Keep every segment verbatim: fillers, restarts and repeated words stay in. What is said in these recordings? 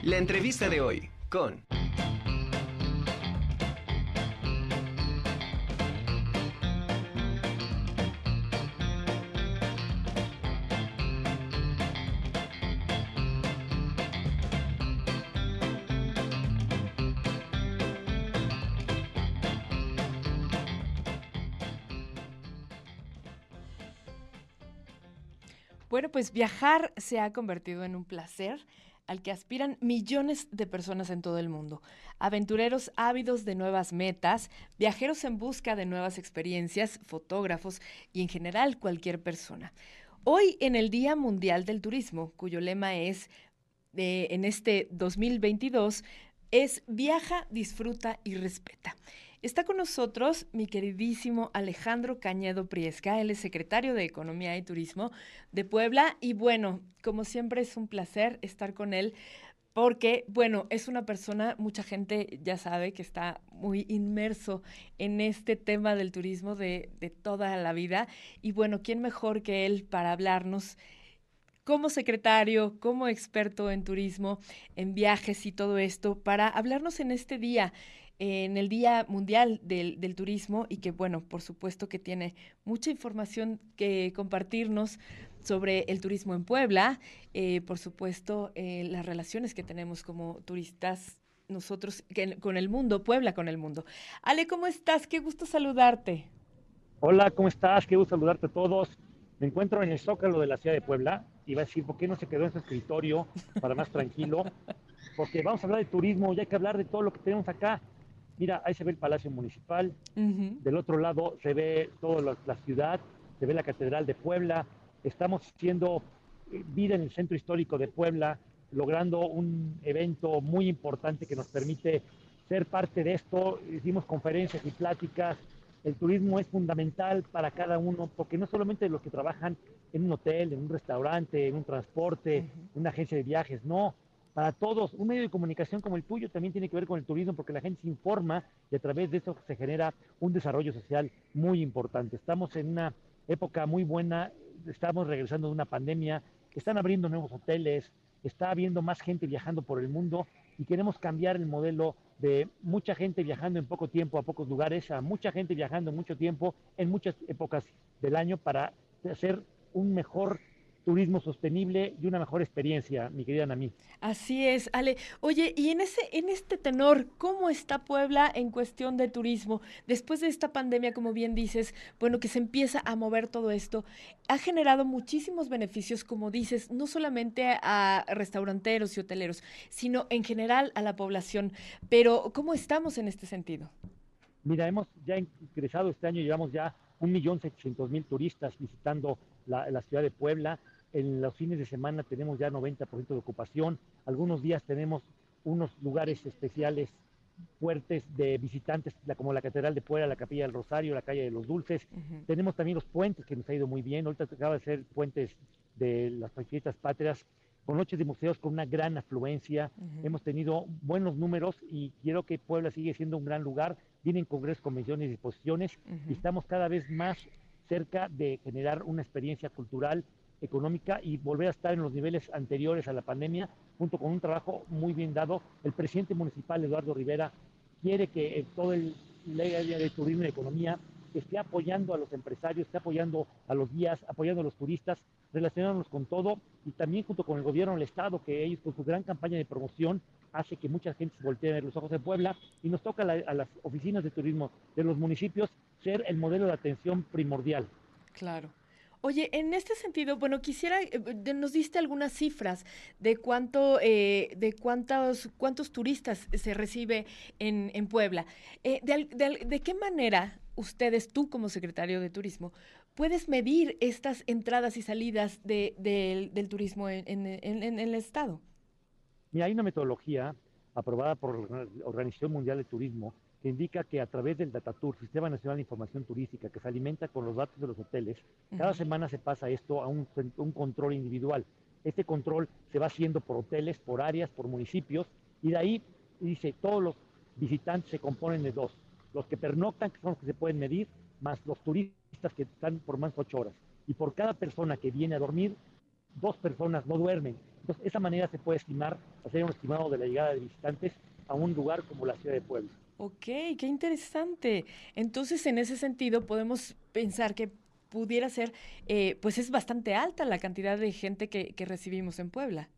La entrevista de hoy con... Bueno, pues viajar se ha convertido en un placer al que aspiran millones de personas en todo el mundo. Aventureros ávidos de nuevas metas, viajeros en busca de nuevas experiencias, fotógrafos y en general cualquier persona. Hoy en el Día Mundial del Turismo, cuyo lema es, eh, en este dos mil veintidós, es viaja, disfruta y respeta. Está con nosotros mi queridísimo Alejandro Cañedo Priesca, él es secretario de Economía y Turismo de Puebla y bueno, como siempre es un placer estar con él porque, bueno, es una persona, mucha gente ya sabe que está muy inmerso en este tema del turismo de, de toda la vida y bueno, ¿quién mejor que él para hablarnos como secretario, como experto en turismo, en viajes y todo esto, para hablarnos en este día, en el Día Mundial del, del Turismo y que, bueno, por supuesto que tiene mucha información que compartirnos sobre el turismo en Puebla, eh, por supuesto, eh, las relaciones que tenemos como turistas nosotros que, con el mundo, Puebla con el mundo. Ale, ¿cómo estás? Qué gusto saludarte. Hola, ¿cómo estás? Qué gusto saludarte a todos. Me encuentro en el Zócalo de la ciudad de Puebla. Iba a decir, ¿por qué no se quedó en su escritorio para más tranquilo? Porque vamos a hablar de turismo y hay que hablar de todo lo que tenemos acá. Mira, ahí se ve el Palacio Municipal, Uh-huh. del otro lado se ve toda la, la ciudad, se ve la Catedral de Puebla. Estamos haciendo eh, vida en el centro histórico de Puebla, logrando un evento muy importante que nos permite ser parte de esto. Hicimos conferencias y pláticas. El turismo es fundamental para cada uno, porque no solamente los que trabajan en un hotel, en un restaurante, en un transporte, Uh-huh. en una agencia de viajes, no, para todos. Un medio de comunicación como el tuyo también tiene que ver con el turismo, porque la gente se informa y a través de eso se genera un desarrollo social muy importante. Estamos en una época muy buena, estamos regresando de una pandemia, están abriendo nuevos hoteles, está habiendo más gente viajando por el mundo y queremos cambiar el modelo de mucha gente viajando en poco tiempo a pocos lugares a mucha gente viajando mucho tiempo en muchas épocas del año para hacer un mejor turismo sostenible y una mejor experiencia, mi querida Nami. Así es, Ale. Oye, y en ese, en este tenor, ¿cómo está Puebla en cuestión de turismo? Después de esta pandemia, como bien dices, bueno, que se empieza a mover todo esto, ha generado muchísimos beneficios, como dices, no solamente a restauranteros y hoteleros, sino en general a la población. Pero, ¿cómo estamos en este sentido? Mira, hemos ya ingresado este año, llevamos ya un millón setecientos mil turistas visitando la, la ciudad de Puebla. En los fines de semana tenemos ya noventa por ciento de ocupación. Algunos días tenemos unos lugares especiales fuertes de visitantes, como la Catedral de Puebla, la Capilla del Rosario, la Calle de los Dulces. Ujú. Tenemos también los puentes, que nos ha ido muy bien. Ahorita acaba de ser puentes de las fiestas patrias, con noches de museos con una gran afluencia. Ujú. Hemos tenido buenos números y quiero que Puebla sigue siendo un gran lugar. Vienen congresos, convenciones y exposiciones y Ujú. estamos cada vez más cerca de generar una experiencia cultural, económica y volver a estar en los niveles anteriores a la pandemia, junto con un trabajo muy bien dado. El presidente municipal, Eduardo Rivera, quiere que eh, todo el área de turismo y economía esté apoyando a los empresarios, esté apoyando a los guías, apoyando a los turistas, relacionándonos con todo y también junto con el gobierno del estado, que ellos con su gran campaña de promoción hace que mucha gente se voltee a ver los ojos de Puebla y nos toca a, la, a las oficinas de turismo de los municipios ser el modelo de atención primordial. Claro. Oye, en este sentido, bueno, quisiera, eh, de- nos diste algunas cifras de cuánto, eh, de cuántos, cuántos turistas se recibe en, en Puebla. Eh, de, al- de al- ¿de qué manera ustedes, tú como secretario de Turismo, puedes medir estas entradas y salidas de- del del turismo en, en- en- en el estado? Mira, hay una metodología aprobada por la Organización Mundial de Turismo que indica que a través del DataTour, Sistema Nacional de Información Turística, que se alimenta con los datos de los hoteles, cada Ujú. semana se pasa esto a un, un control individual. Este control se va haciendo por hoteles, por áreas, por municipios, y de ahí dice, todos los visitantes se componen de dos. Los que pernoctan, que son los que se pueden medir, más los turistas que están por más de ocho horas. Y por cada persona que viene a dormir, dos personas no duermen. Entonces, de esa manera se puede estimar, hacer un estimado de la llegada de visitantes a un lugar como la ciudad de Puebla. Ok, qué interesante. Entonces, en ese sentido, podemos pensar que pudiera ser, eh, pues es bastante alta la cantidad de gente que, que recibimos en Puebla.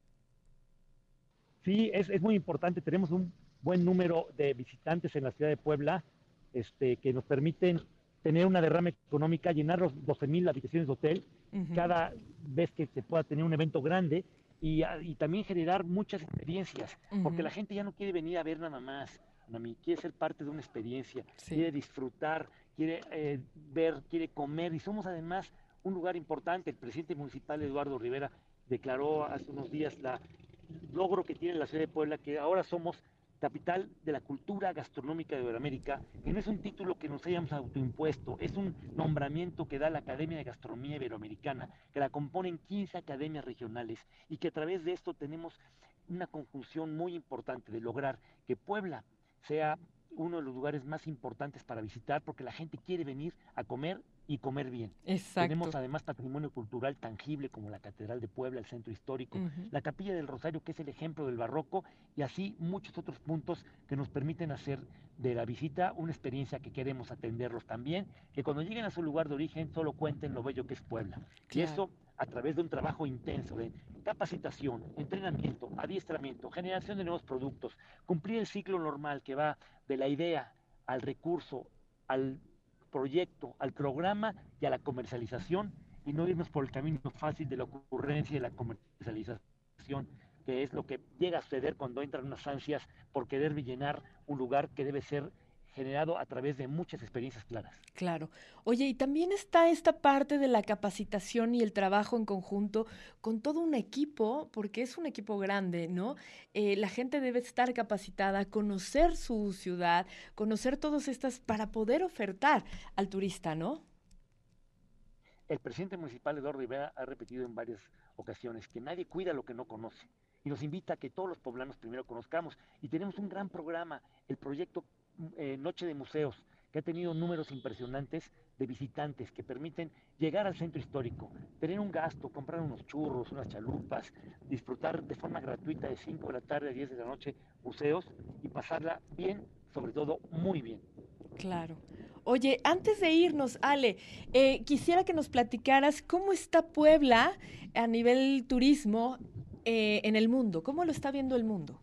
Sí, es, es muy importante. Tenemos un buen número de visitantes en la ciudad de Puebla, este, que nos permiten tener una derrama económica, llenar los doce mil habitaciones de hotel Ujú, cada vez que se pueda tener un evento grande y, y también generar muchas experiencias, porque ujú, la gente ya no quiere venir a ver nada más, Anami, quiere ser parte de una experiencia, sí, quiere disfrutar, quiere eh, ver, quiere comer y somos además un lugar importante. El presidente municipal Eduardo Rivera declaró hace unos días la logro que tiene la ciudad de Puebla, que ahora somos capital de la cultura gastronómica de Iberoamérica, que no es un título que nos hayamos autoimpuesto, es un nombramiento que da la Academia de Gastronomía Iberoamericana, que la componen quince academias regionales y que a través de esto tenemos una conjunción muy importante de lograr que Puebla sea uno de los lugares más importantes para visitar porque la gente quiere venir a comer y comer bien. Tenemos exacto. además patrimonio cultural tangible como la Catedral de Puebla, el Centro Histórico, Ujú, la Capilla del Rosario, que es el ejemplo del barroco, y así muchos otros puntos que nos permiten hacer de la visita una experiencia que queremos atenderlos también, que cuando lleguen a su lugar de origen solo cuenten lo bello que es Puebla. Y claro. eso a través de un trabajo intenso de capacitación, entrenamiento, adiestramiento, generación de nuevos productos, cumplir el ciclo normal que va de la idea al recurso, al proyecto, al programa y a la comercialización y no irnos por el camino fácil de la ocurrencia y de la comercialización, que es lo que llega a suceder cuando entran unas ansias por querer llenar un lugar que debe ser generado a través de muchas experiencias claras. Claro. Oye, y también está esta parte de la capacitación y el trabajo en conjunto con todo un equipo, porque es un equipo grande, ¿no? Eh, la gente debe estar capacitada, conocer su ciudad, conocer todas estas para poder ofertar al turista, ¿no? El presidente municipal Eduardo Rivera ha repetido en varias ocasiones que nadie cuida lo que no conoce y nos invita a que todos los poblanos primero conozcamos. Y tenemos un gran programa, el proyecto eh, Noche de Museos, que ha tenido números impresionantes de visitantes que permiten llegar al centro histórico, tener un gasto, comprar unos churros, unas chalupas, disfrutar de forma gratuita de cinco de la tarde a diez de la noche museos y pasarla bien, sobre todo muy bien. Claro. Oye, antes de irnos, Ale, eh, quisiera que nos platicaras cómo está Puebla a nivel turismo eh, en el mundo. ¿Cómo lo está viendo el mundo?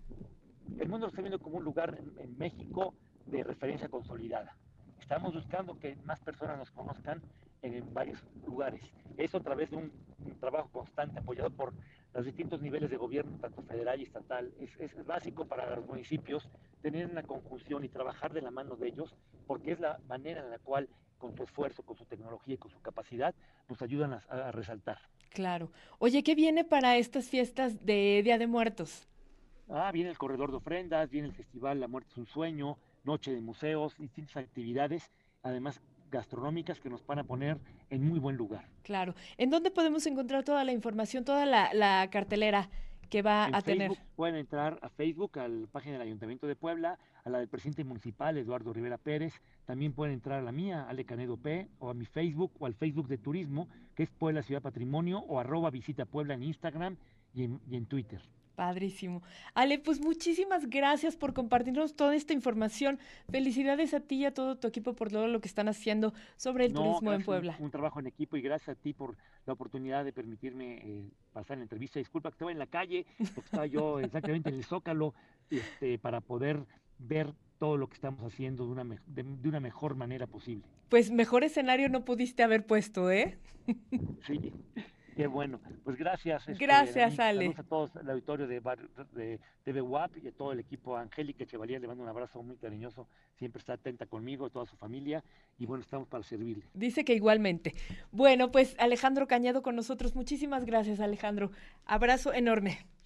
El mundo lo está viendo como un lugar en, en México de referencia consolidada. Estamos buscando que más personas nos conozcan en, en varios lugares. Eso a través de un, un, trabajo constante apoyado por los distintos niveles de gobierno, tanto federal y estatal. Es, es básico para los municipios tener una conjunción y trabajar de la mano de ellos, porque es la manera en la cual, con su esfuerzo, con su tecnología y con su capacidad, nos ayudan a, a resaltar. Claro. Oye, ¿qué viene para estas fiestas de Día de Muertos? Ah, viene el corredor de ofrendas, viene el festival La Muerte es un Sueño, noche de museos, distintas actividades, además gastronómicas que nos van a poner en muy buen lugar. Claro. ¿En dónde podemos encontrar toda la información, toda la, la cartelera que va En a tener? Facebook pueden entrar a Facebook, a la página del Ayuntamiento de Puebla, a la del presidente municipal, Eduardo Rivera Pérez. También pueden entrar a la mía, Ale Canedo P, o a mi Facebook, o al Facebook de Turismo, que es Puebla Ciudad Patrimonio, o arroba Visita Puebla en Instagram y en, y en Twitter. Padrísimo. Ale, pues muchísimas gracias por compartirnos toda esta información. Felicidades a ti y a todo tu equipo por todo lo que están haciendo sobre el No, turismo en gracias, un, Puebla. un trabajo en equipo y gracias a ti por la oportunidad de permitirme eh, pasar la entrevista. Disculpa que estaba en la calle, porque estaba yo exactamente en el Zócalo, este, para poder ver todo lo que estamos haciendo de una, me de, de una mejor manera posible. Pues mejor escenario no pudiste haber puesto, ¿eh? Sí, qué bueno. Pues gracias, este, a Gracias, mí. Ale. Saludos a todos, el auditorio de, de T V U A P y a todo el equipo. A Angélica Chevalier le mando un abrazo muy cariñoso. Siempre está atenta conmigo, toda su familia. Y bueno, estamos para servirle. Dice que igualmente. Bueno, pues Alejandro Cañado con nosotros. Muchísimas gracias, Alejandro. Abrazo enorme.